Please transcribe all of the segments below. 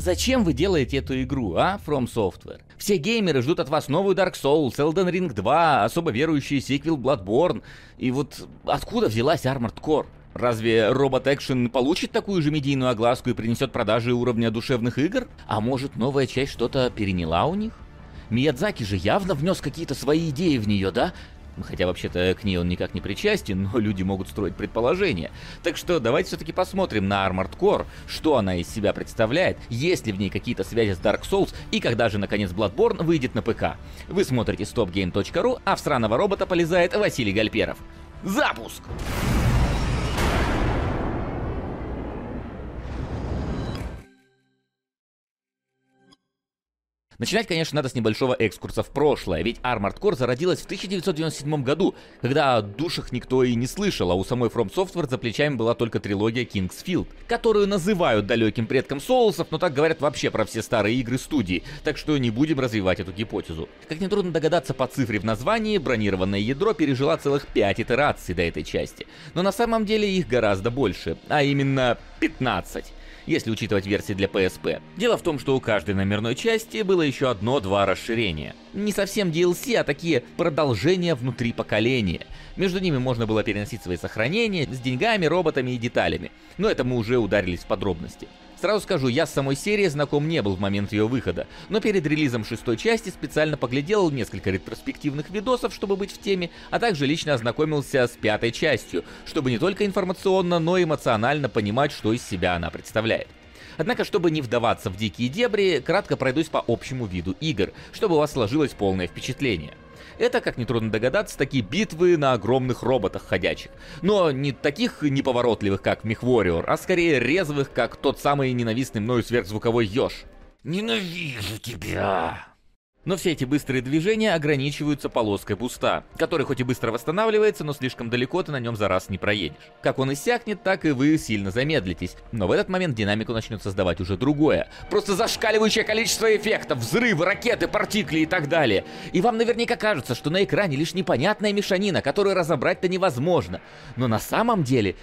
Зачем вы делаете эту игру, а, From Software? Все геймеры ждут от вас новую Dark Souls, Elden Ring 2, особо верующий сиквел Bloodborne. И вот откуда взялась Armored Core? Разве Robot Action получит такую же медийную огласку и принесет продажи уровня душевных игр? А может, новая часть что-то переняла у них? Миядзаки же явно внес какие-то свои идеи в нее, да? Хотя вообще-то к ней он никак не причастен, но люди могут строить предположения. Так что давайте все-таки посмотрим на Armored Core, что она из себя представляет, есть ли в ней какие-то связи с Dark Souls и когда же наконец Bloodborne выйдет на ПК. Вы смотрите stopgame.ru, а в сраного робота полезает Василий Гальперов. Запуск! Начинать, конечно, надо с небольшого экскурса в прошлое, ведь Armored Core зародилась в 1997 году, когда о душах никто и не слышал, а у самой From Software за плечами была только трилогия King's Field, которую называют далеким предком соусов, но так говорят вообще про все старые игры студии, так что не будем развивать эту гипотезу. Как нетрудно догадаться по цифре в названии, бронированное ядро пережило целых 5 итераций до этой части, но на самом деле их гораздо больше, а именно 15. Если учитывать версии для PSP. Дело в том, что у каждой номерной части было еще одно-два расширения. Не совсем DLC, а такие продолжения внутри поколения. Между ними можно было переносить свои сохранения с деньгами, роботами и деталями. Но это мы уже ударились в подробности. Сразу скажу, я с самой серией знаком не был в момент ее выхода, но перед релизом 6-й части специально поглядел несколько ретроспективных видосов, чтобы быть в теме, а также лично ознакомился с 5-й частью, чтобы не только информационно, но и эмоционально понимать, что из себя она представляет. Однако, чтобы не вдаваться в дикие дебри, кратко пройдусь по общему виду игр, чтобы у вас сложилось полное впечатление. Это, как нетрудно догадаться, такие битвы на огромных роботах ходячих. Но не таких неповоротливых, как MechWarrior, а скорее резвых, как тот самый ненавистный мною сверхзвуковой еж. Ненавижу тебя! Но все эти быстрые движения ограничиваются полоской буста, который хоть и быстро восстанавливается, но слишком далеко ты на нем за раз не проедешь. Как он иссякнет, так и вы сильно замедлитесь. Но в этот момент динамику начнет создавать уже другое. Просто зашкаливающее количество эффектов, взрывы, ракеты, партикли и так далее. И вам наверняка кажется, что на экране лишь непонятная мешанина, которую разобрать-то невозможно. Но на самом деле...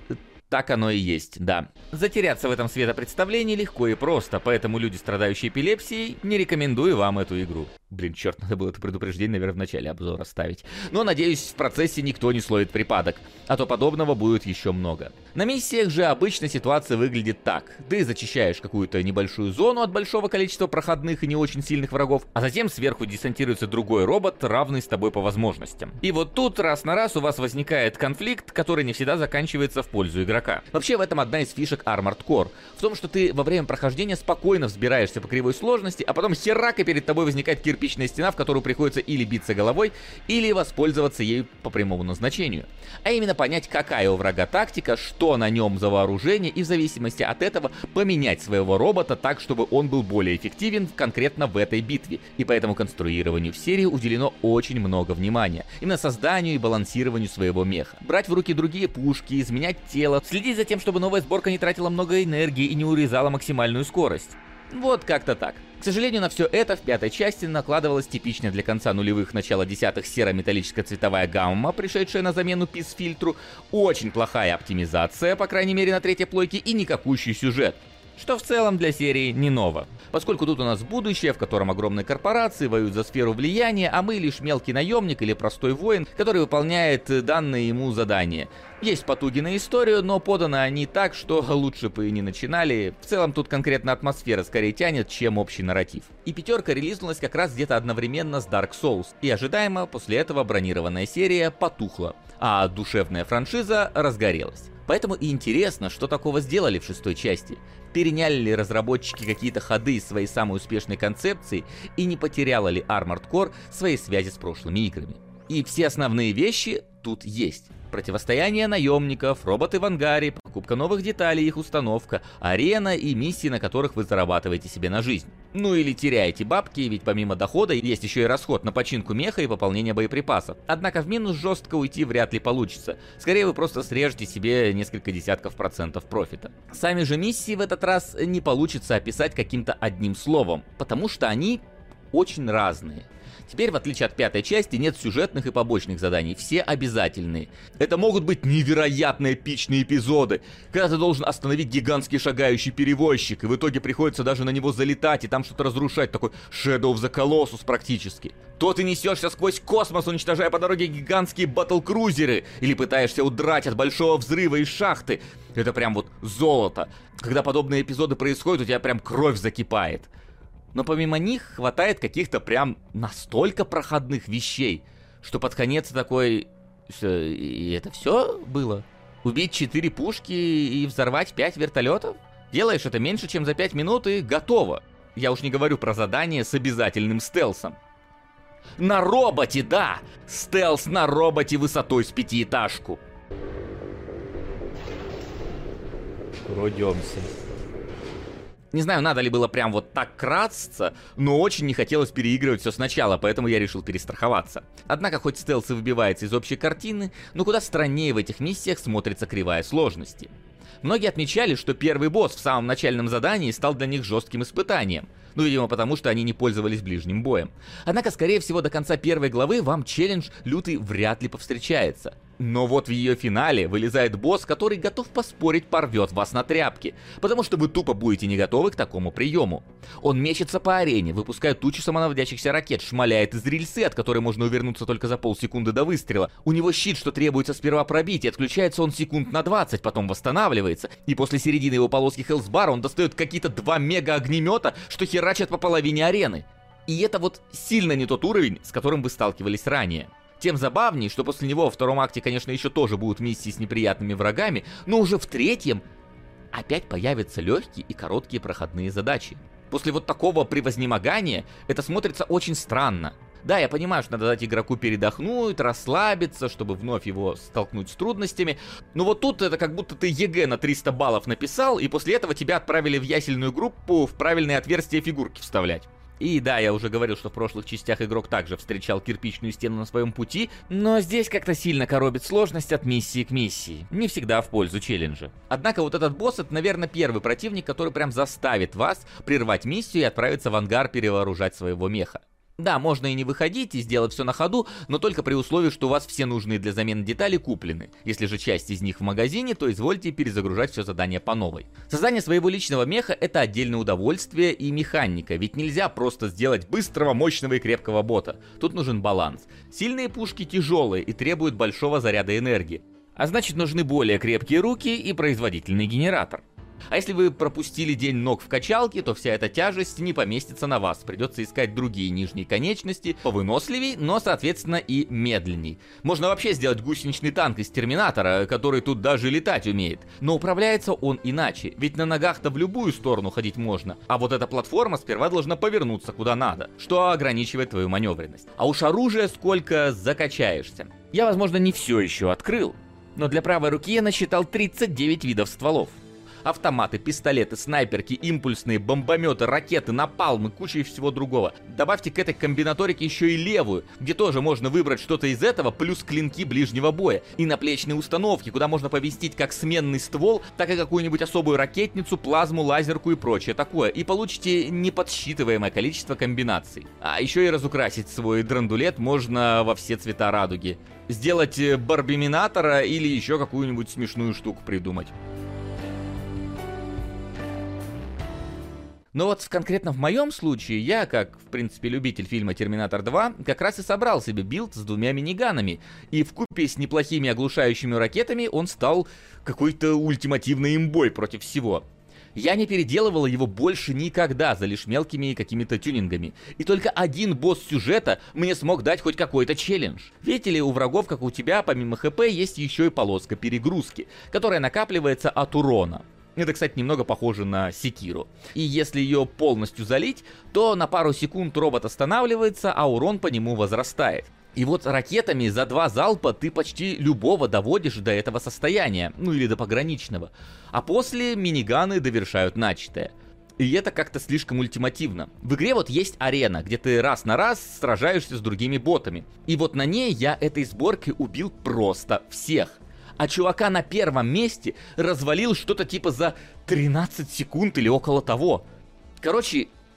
Так оно и есть, да. Затеряться в этом светопредставлении легко и просто, поэтому люди, страдающие эпилепсией, не рекомендую вам эту игру. Блин, черт, надо было это предупреждение, наверное, в начале обзора ставить. Но, надеюсь, в процессе никто не словит припадок, а то подобного будет еще много. На миссиях же обычно ситуация выглядит так. Ты зачищаешь какую-то небольшую зону от большого количества проходных и не очень сильных врагов, а затем сверху десантируется другой робот, равный с тобой по возможностям. И вот тут раз на раз у вас возникает конфликт, который не всегда заканчивается в пользу игрока. Вообще в этом одна из фишек Armored Core. В том, что ты во время прохождения спокойно взбираешься по кривой сложности, а потом херак, и перед тобой возникает кирпичная стена, в которую приходится или биться головой, или воспользоваться ею по прямому назначению. А именно понять, какая у врага тактика, что на нем за вооружение, и в зависимости от этого поменять своего робота так, чтобы он был более эффективен конкретно в этой битве. И поэтому конструированию в серии уделено очень много внимания. Именно созданию и балансированию своего меха. Брать в руки другие пушки, изменять тело, следить за тем, чтобы новая сборка не тратила много энергии и не урезала максимальную скорость. Вот как-то так. К сожалению, на все это в 5-й части накладывалась типичная для конца нулевых, начала десятых серо-металлическая цветовая гамма, пришедшая на замену PIS-фильтру, очень плохая оптимизация, по крайней мере на 3-й плойке, и никакущий сюжет. Что в целом для серии не ново. Поскольку тут у нас будущее, в котором огромные корпорации воюют за сферу влияния, а мы лишь мелкий наемник или простой воин, который выполняет данные ему задания. Есть потуги на историю, но поданы они так, что лучше бы и не начинали. В целом тут конкретно атмосфера скорее тянет, чем общий нарратив. И 5-ка релизнулась как раз где-то одновременно с Dark Souls, и ожидаемо после этого бронированная серия потухла, а душевная франшиза разгорелась. Поэтому и интересно, что такого сделали в 6-й части. Переняли ли разработчики какие-то ходы из своей самой успешной концепции и не потеряла ли Armored Core своей связи с прошлыми играми. И все основные вещи тут есть. Противостояние наемников, роботы в ангаре, покупка новых деталей, их установка, арена и миссии, на которых вы зарабатываете себе на жизнь. Ну или теряете бабки, ведь помимо дохода есть еще и расход на починку меха и пополнение боеприпасов. Однако в минус жестко уйти вряд ли получится. Скорее вы просто срежете себе несколько десятков процентов профита. Сами же миссии в этот раз не получится описать каким-то одним словом, потому что они очень разные. Теперь, в отличие от пятой части, нет сюжетных и побочных заданий, все обязательные. Это могут быть невероятно эпичные эпизоды, когда ты должен остановить гигантский шагающий перевозчик, и в итоге приходится даже на него залетать и там что-то разрушать, такой Shadow of the Colossus практически. То ты несешься сквозь космос, уничтожая по дороге гигантские батл-крузеры, или пытаешься удрать от большого взрыва из шахты. Это прям вот золото. Когда подобные эпизоды происходят, у тебя прям кровь закипает. Но помимо них хватает каких-то прям настолько проходных вещей, что под конец такой... И это все было? Убить 4 пушки и взорвать 5 вертолетов? Делаешь это меньше, чем за 5 минут и готово. Я уж не говорю про задание с обязательным стелсом. На роботе, да! Стелс на роботе высотой с 5-этажку. Пройдемся. Не знаю, надо ли было прям вот так красться, но очень не хотелось переигрывать все сначала, поэтому я решил перестраховаться. Однако, хоть стелс и выбивается из общей картины, но куда страннее в этих миссиях смотрится кривая сложности. Многие отмечали, что первый босс в самом начальном задании стал для них жестким испытанием. Ну, видимо, потому что они не пользовались ближним боем. Однако, скорее всего, до конца первой главы вам челлендж лютый вряд ли повстречается. Но вот в ее финале вылезает босс, который готов поспорить порвет вас на тряпки, потому что вы тупо будете не готовы к такому приему. Он мечется по арене, выпускает тучу самонаводящихся ракет, шмаляет из рельсы, от которой можно увернуться только за полсекунды до выстрела. У него щит, что требуется сперва пробить, и отключается он секунд на 20, потом восстанавливается. И после середины его полоски хелсбара он достает какие-то 2 мега-огнемета, что херачат по половине арены. И это вот сильно не тот уровень, с которым вы сталкивались ранее. Тем забавней, что после него во втором акте, конечно, еще тоже будут миссии с неприятными врагами, но уже в третьем опять появятся легкие и короткие проходные задачи. После вот такого превознемогания это смотрится очень странно. Да, я понимаю, что надо дать игроку передохнуть, расслабиться, чтобы вновь его столкнуть с трудностями, но вот тут это как будто ты ЕГЭ на 300 баллов написал, и после этого тебя отправили в ясельную группу в правильные отверстия фигурки вставлять. И да, я уже говорил, что в прошлых частях игрок также встречал кирпичную стену на своем пути, но здесь как-то сильно коробит сложность от миссии к миссии, не всегда в пользу челленджа. Однако вот этот босс — это, наверное, первый противник, который прям заставит вас прервать миссию и отправиться в ангар перевооружать своего меха. Да, можно и не выходить, и сделать все на ходу, но только при условии, что у вас все нужные для замены детали куплены. Если же часть из них в магазине, то извольте перезагружать все задание по новой. Создание своего личного меха — это отдельное удовольствие и механика, ведь нельзя просто сделать быстрого, мощного и крепкого бота. Тут нужен баланс. Сильные пушки тяжелые и требуют большого заряда энергии. А значит, нужны более крепкие руки и производительный генератор. А если вы пропустили день ног в качалке, то вся эта тяжесть не поместится на вас. Придется искать другие нижние конечности, повыносливей, но, соответственно, и медленней. Можно вообще сделать гусеничный танк из Терминатора, который тут даже летать умеет. Но управляется он иначе, ведь на ногах-то в любую сторону ходить можно. А вот эта платформа сперва должна повернуться куда надо, что ограничивает твою маневренность. А уж оружие сколько закачаешься. Я, возможно, не все еще открыл, но для правой руки я насчитал 39 видов стволов. Автоматы, пистолеты, снайперки, импульсные, бомбометы, ракеты, напалмы, куча и всего другого. Добавьте к этой комбинаторике еще и левую, где тоже можно выбрать что-то из этого, плюс клинки ближнего боя. И наплечные установки, куда можно поместить как сменный ствол, так и какую-нибудь особую ракетницу, плазму, лазерку и прочее такое. И получите неподсчитываемое количество комбинаций. А еще и разукрасить свой драндулет можно во все цвета радуги. Сделать барбиминатора или еще какую-нибудь смешную штуку придумать. Но вот конкретно в моем случае, я, как, в принципе, любитель фильма «Терминатор 2», как раз и собрал себе билд с 2 миниганами, и вкупе с неплохими оглушающими ракетами он стал какой-то ультимативной имбой против всего. Я не переделывал его больше никогда, за лишь мелкими какими-то тюнингами. И только один босс сюжета мне смог дать хоть какой-то челлендж. Видите ли, у врагов, как у тебя, помимо ХП, есть еще и полоска перегрузки, которая накапливается от урона. Это, кстати, немного похоже на секиру. И если ее полностью залить, то на пару секунд робот останавливается, а урон по нему возрастает. И вот ракетами за 2 залпа ты почти любого доводишь до этого состояния, ну или до пограничного. А после миниганы довершают начатое. И это как-то слишком ультимативно. В игре вот есть арена, где ты раз на раз сражаешься с другими ботами. И вот на ней я этой сборкой убил просто всех. А чувака на первом месте развалил что-то типа за 13 секунд или около того. Короче,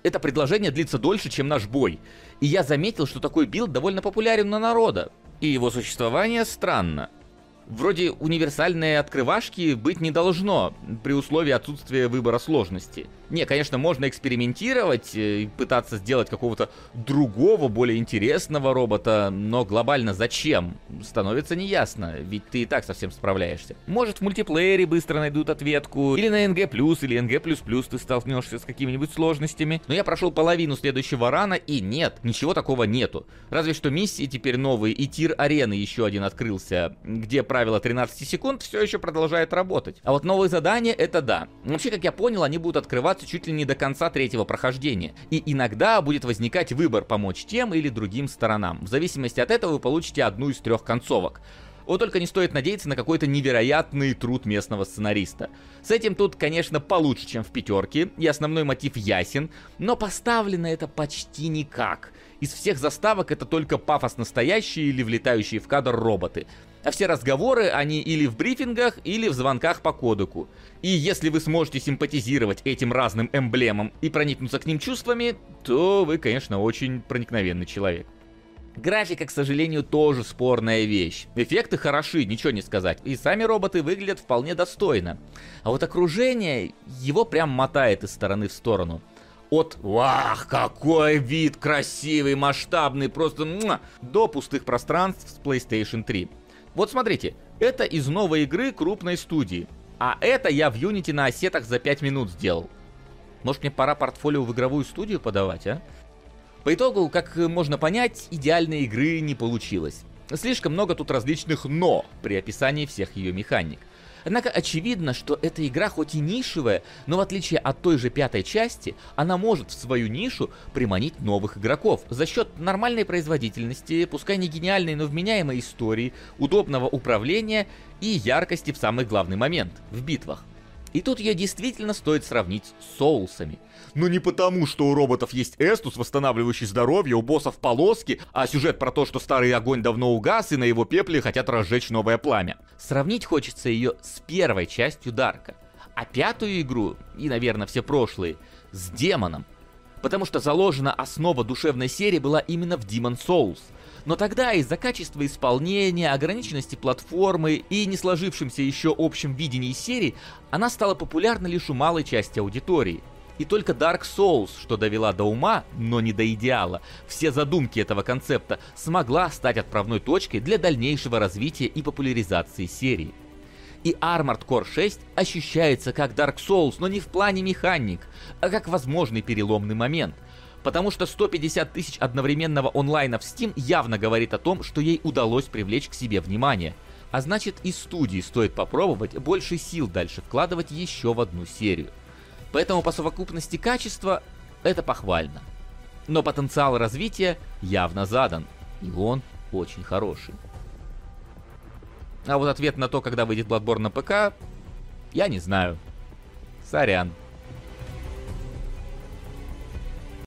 это предложение длится дольше, чем наш бой. И я заметил, что такой билд довольно популярен у народа. И его существование странно. Вроде универсальной открывашки быть не должно, при условии отсутствия выбора сложности. Не, конечно, можно экспериментировать и пытаться сделать какого-то другого, более интересного робота, но глобально зачем? Становится неясно, ведь ты и так совсем справляешься. Может, в мультиплеере быстро найдут ответку, или на НГ+, или НГ++ ты столкнешься с какими-нибудь сложностями. Но я прошел половину следующего рана, и нет, ничего такого нету. Разве что миссии теперь новые, и тир арены еще один открылся, где правило 13 секунд все еще продолжает работать. А вот новые задания — это да. Вообще, как я понял, они будут открываться чуть ли не до конца третьего прохождения. И иногда будет возникать выбор помочь тем или другим сторонам. В зависимости от этого вы получите одну из 3 концовок. Вот только не стоит надеяться на какой-то невероятный труд местного сценариста. С этим тут, конечно, получше, чем в 5, и основной мотив ясен, но поставлено это почти никак. Из всех заставок это только пафос настоящие или влетающие в кадр роботы. А все разговоры, они или в брифингах, или в звонках по кодеку. И если вы сможете симпатизировать этим разным эмблемам и проникнуться к ним чувствами, то вы, конечно, очень проникновенный человек. Графика, к сожалению, тоже спорная вещь. Эффекты хороши, ничего не сказать. И сами роботы выглядят вполне достойно. А вот окружение, его прям мотает из стороны в сторону. От «Вах, какой вид красивый, масштабный, просто до пустых пространств с PlayStation 3. Вот смотрите, это из новой игры крупной студии. А это я в Unity на ассетах за 5 минут сделал. Может, мне пора портфолио в игровую студию подавать, а? По итогу, как можно понять, идеальной игры не получилось. Слишком много тут различных «но» при описании всех ее механик. Однако очевидно, что эта игра хоть и нишевая, но в отличие от той же 5 части, она может в свою нишу приманить новых игроков за счет нормальной производительности, пускай не гениальной, но вменяемой истории, удобного управления и яркости в самый главный момент – в битвах. И тут ее действительно стоит сравнить с соусами. Но не потому, что у роботов есть эстус, восстанавливающий здоровье, у боссов полоски, а сюжет про то, что старый огонь давно угас и на его пепле хотят разжечь новое пламя. Сравнить хочется ее с первой частью Дарка, а 5-ю игру, и, наверное, все прошлые, с Демоном. Потому что заложена основа душевной серии была именно в Demon Souls. Но тогда из-за качества исполнения, ограниченности платформы и не сложившемся еще общем видении серии, она стала популярна лишь у малой части аудитории. И только Dark Souls, что довела до ума, но не до идеала, все задумки этого концепта, смогла стать отправной точкой для дальнейшего развития и популяризации серии. И Armored Core 6 ощущается как Dark Souls, но не в плане механик, а как возможный переломный момент. Потому что 150 тысяч одновременного онлайна в Steam явно говорит о том, что ей удалось привлечь к себе внимание. А значит, и студии стоит попробовать больше сил дальше вкладывать еще в одну серию. Поэтому по совокупности качества это похвально. Но потенциал развития явно задан, и он очень хороший. А вот ответ на то, когда выйдет Bloodborne на ПК, я не знаю. Сорян.